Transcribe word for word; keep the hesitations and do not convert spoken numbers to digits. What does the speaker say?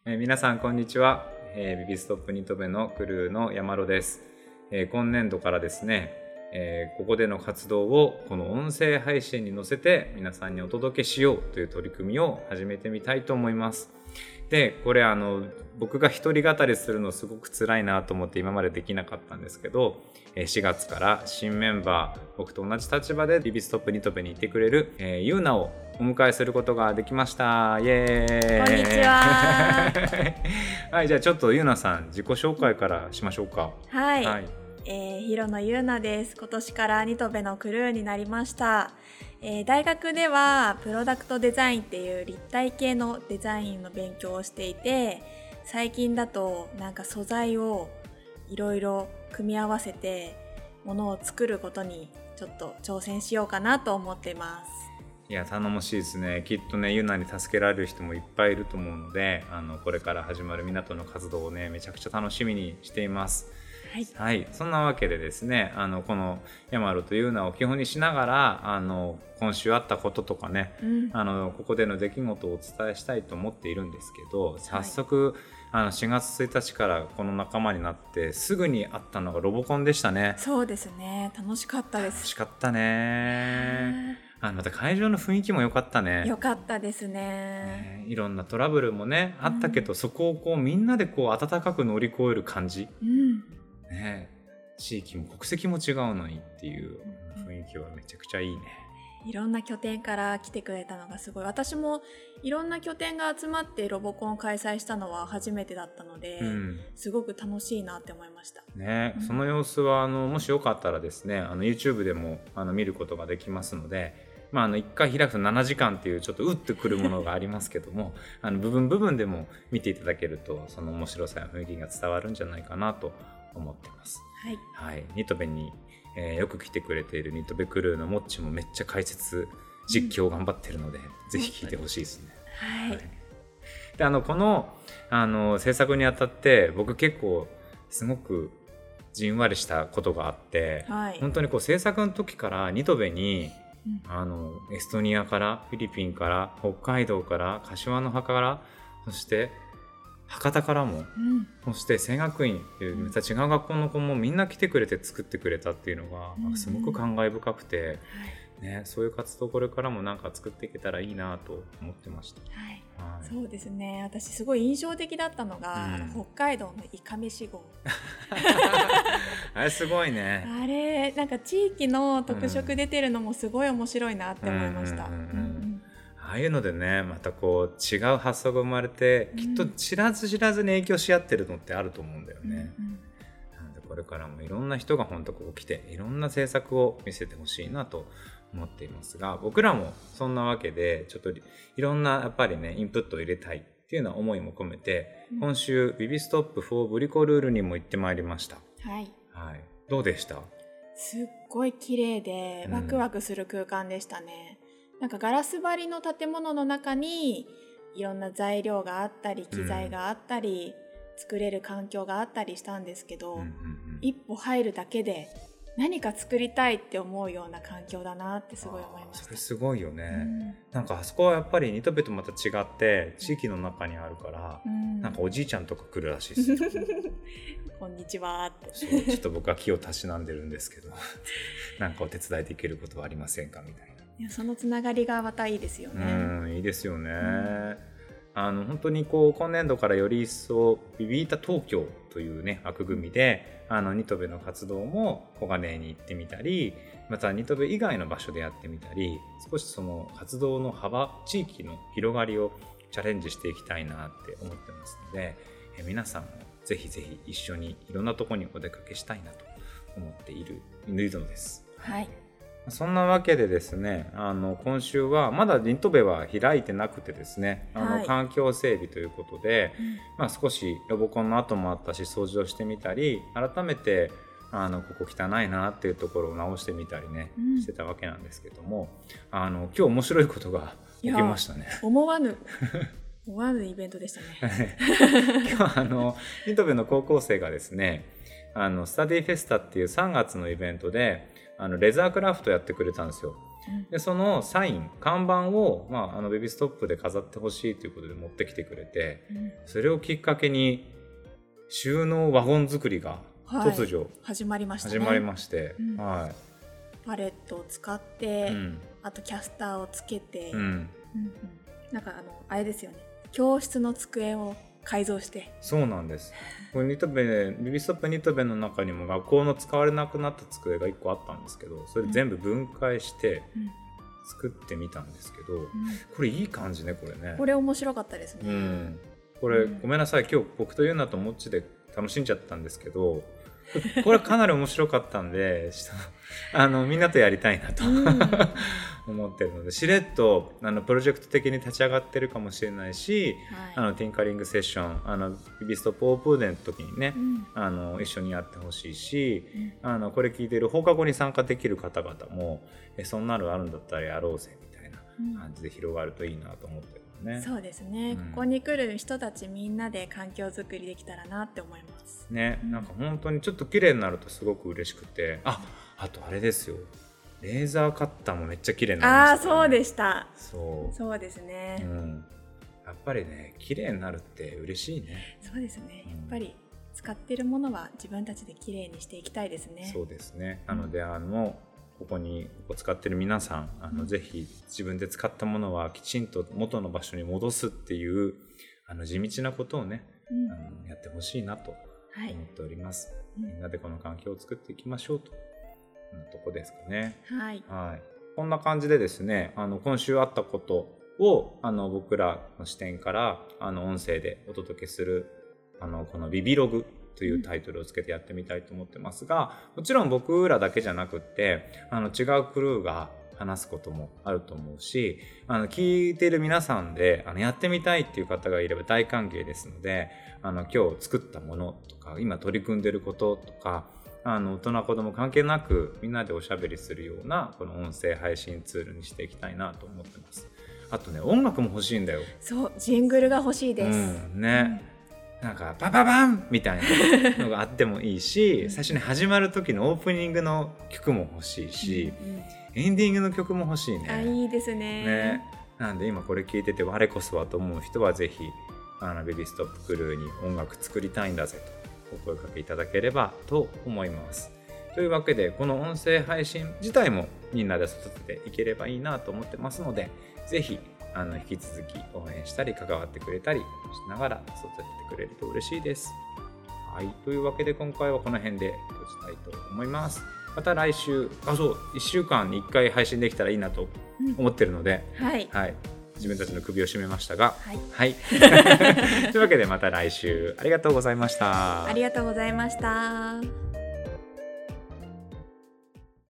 えー、皆さんこんにちは、えー、ビビストップニトベのクルーの山呂です、えー、今年度からですね、えー、ここでの活動をこの音声配信に乗せて皆さんにお届けしようという取り組みを始めてみたいと思います。でこれあの僕が一人語りするのすごく辛いなと思って今までできなかったんですけど、しがつから新メンバー、僕と同じ立場でビビストップニトベにいてくれる、えー、ゆうなをお迎えすることができました。イエーイ。 こんにちははい、じゃあちょっとゆうなさん自己紹介からしましょうか。 はい、 はい、 えー、広野ゆうなです。今年からニトベのクルーになりました。えー、大学ではプロダクトデザインっていう立体系のデザインの勉強をしていて、最近だとなんか素材をいろいろ組み合わせてものを作ることにちょっと挑戦しようかなと思っています。 いや頼もしいですね。きっとねゆなに助けられる人もいっぱいいると思うので、あのこれから始まる港の活動をねめちゃくちゃ楽しみにしています。はい、はい、そんなわけでですね、あのこの山呂というのを基本にしながら、あの今週あったこととかね、うん、あのここでの出来事をお伝えしたいと思っているんですけど、早速、はい、あのしがつついたちからこの仲間になってすぐに会ったのがロボコンでしたね。 そうですね、楽しかったです。 楽しかったね。あまた会場の雰囲気も良かったね。 良かったです ね, ねいろんなトラブルもねあったけど、うん、そこをこうみんなでこう温かく乗り越える感じ、うんね、地域も国籍も違うのにっていう雰囲気はめちゃくちゃいいね。 いろんな拠点から来てくれたのがすごい。私もいろんな拠点が集まってロボコンを開催したのは初めてだったので、うん、すごく楽しいなって思いました、 ねうん、その様子はあのもしよかったらですね、あの YouTube でもあの見ることができますので、まあ、あのいっかい開くとななじかんっていうちょっとうってくるものがありますけどもあの部分部分でも見ていただけるとその面白さや雰囲気が伝わるんじゃないかなと思ってます。はい、はい、ニトベに、えー、よく来てくれているニトベクルーのモッチもめっちゃ解説実況頑張ってるので、うん、ぜひ聞いてほしいですね。 はい、はい、 であのこの、あの制作にあたって僕結構すごくじんわりしたことがあって、はい、本当にこう制作の時からニトベにうん、あのエストニアからフィリピンから北海道から柏の葉からそして博多からも、うん、そして聖学院っていうまた違う学校の子もみんな来てくれて作ってくれたっていうのが、うん、すごく感慨深くて、うんね、そういう活動これからもなんか作っていけたらいいなと思ってました。 はいはい、そうですね。私すごい印象的だったのが、うん、北海道のいかめし号あれすごいね。 あれなんか地域の特色出てるのもすごい面白いなって思いました。 ああいうのでねまたこう違う発想が生まれて、うん、きっと知らず知らずに影響し合ってるのってあると思うんだよね、うんうん、なのでこれからもいろんな人が本当ここ来ていろんな制作を見せてほしいなと思っていますが、僕らもそんなわけでちょっといろんなやっぱりねインプットを入れたいっていうような思いも込めて、うん、今週ビビストップフォーブリコルールにも行ってまいりました。 はい、 はい、どうでした？ すっごい綺麗でワクワクする空間でしたね、うん、なんかガラス張りの建物の中にいろんな材料があったり機材があったり、うん、作れる環境があったりしたんですけど、うんうんうん、一歩入るだけで何か作りたいって思うような環境だなってすごい思いました。 それすごいよね、うん、なんかあそこはやっぱりニトベとまた違って地域の中にあるから、うん、なんかおじいちゃんとか来るらしいですよこんにちはってそうちょっと僕は気をたしなんでるんですけどなんかお手伝いできることはありませんかみたいな。 いやそのつながりがまたいいですよね。 うんいいですよね、うんあの本当にこう今年度からより一層ビビータ東京というね枠組みであのニトベの活動も小金井に行ってみたり、またニトベ以外の場所でやってみたり、少しその活動の幅地域の広がりをチャレンジしていきたいなって思ってますので、え皆さんもぜひぜひ一緒にいろんなところにお出かけしたいなと思っているいるのです。 はい、 そんなわけでですね、あの今週はまだニトベは開いてなくてですね、あの、はい、環境整備ということで、うんまあ、少しロボコンの後もあったし掃除をしてみたり、改めてあのここ汚いなっていうところを直してみたりね、うん、してたわけなんですけども、あの今日面白いことが起きましたね。 思わぬ思わぬイベントでしたね今日あのニトベの高校生がですね、あのスタディフェスタっていうさんがつのイベントであのレザークラフトやってくれたんですよ。 でそのサイン看板を、まあ、あのベビーストップで飾ってほしいということで持ってきてくれて、うん、それをきっかけに収納ワゴン作りが突如、はい、 始まりましたね。 始まりまして、うん、はい、 パレットを使って、うん、あとキャスターをつけて、うんうんうん、なんかあのあれですよね、教室の机を改造して。 そうなんです。これニトベベビーストップニトベの中にも学校の使われなくなった机がいっこあったんですけど、それ全部分解して作ってみたんですけど、うん、これいい感じね。これねこれ面白かったですね、 うん、これ、うん、ごめんなさい、今日僕とユナとモッチで楽しんじゃったんですけど、これかなり面白かったんであのみんなとやりたいなと、うん、思ってるので、しれっとあのプロジェクト的に立ち上がってるかもしれないし、はい、あのティンカリングセッション、あのベビーストップオープンデーの時にね、うん、あの一緒にやってほしいし、うん、あのこれ聞いてる放課後に参加できる方々もえそんなのあるんだったらやろうぜみたいな感じで広がるといいなと思ってる。ね、 そうですね、うん、ここに来る人たちみんなで環境づくりできたらなって思いますね、うん、なんか本当にちょっと綺麗になるとすごく嬉しくて、あ、あとあれですよ、レーザーカッターもめっちゃ綺麗になりました、ね、 ああそうでした。 そうそうですね、 うん、やっぱりね綺麗になるって嬉しいね。 そうですね、やっぱり使ってるものは自分たちで綺麗にしていきたいですね。 そうですね、なのであのここに使ってる皆さん、あの、うん、ぜひ自分で使ったものはきちんと元の場所に戻すっていうあの地道なことをね、うん、あのやってほしいなと思っております、はい、みんなでこの環境を作っていきましょうというとこですかね、 はいはい、こんな感じでですね、あの今週あったことをあの僕らの視点からあの音声でお届けするあのこのビビログというタイトルをつけてやってみたいと思ってますが、もちろん僕らだけじゃなくってあの違うクルーが話すこともあると思うし、あの聞いている皆さんであのやってみたいっていう方がいれば大歓迎ですので、あの今日作ったものとか今取り組んでいることとか、あの大人子供関係なくみんなでおしゃべりするようなこの音声配信ツールにしていきたいなと思ってます。あとね、音楽も欲しいんだよ。 そう、ジングルが欲しいです、 うん、ね、うんなんかパパパンみたいなのがあってもいいし最初に始まる時のオープニングの曲も欲しいし、うんうん、エンディングの曲も欲しいね。 あ、いいです ね, ねなんで今これ聞いてて我こそはと思う人はぜひあのベビーストップクルーに音楽作りたいんだぜとお声かけいただければと思います。というわけでこの音声配信自体もみんなで育てていければいいなと思ってますので、ぜひあの引き続き応援したり関わってくれたりしながら育ててくれると嬉しいです。はい、というわけで今回はこの辺で閉じたいと思います。また来週、あ、そういっしゅうかんにいっかい配信できたらいいなと思ってるので、 うん、はい、 はい、自分たちの首を絞めましたが、 はい、 はい、というわけでまた来週ありがとうございました。 ありがとうございました。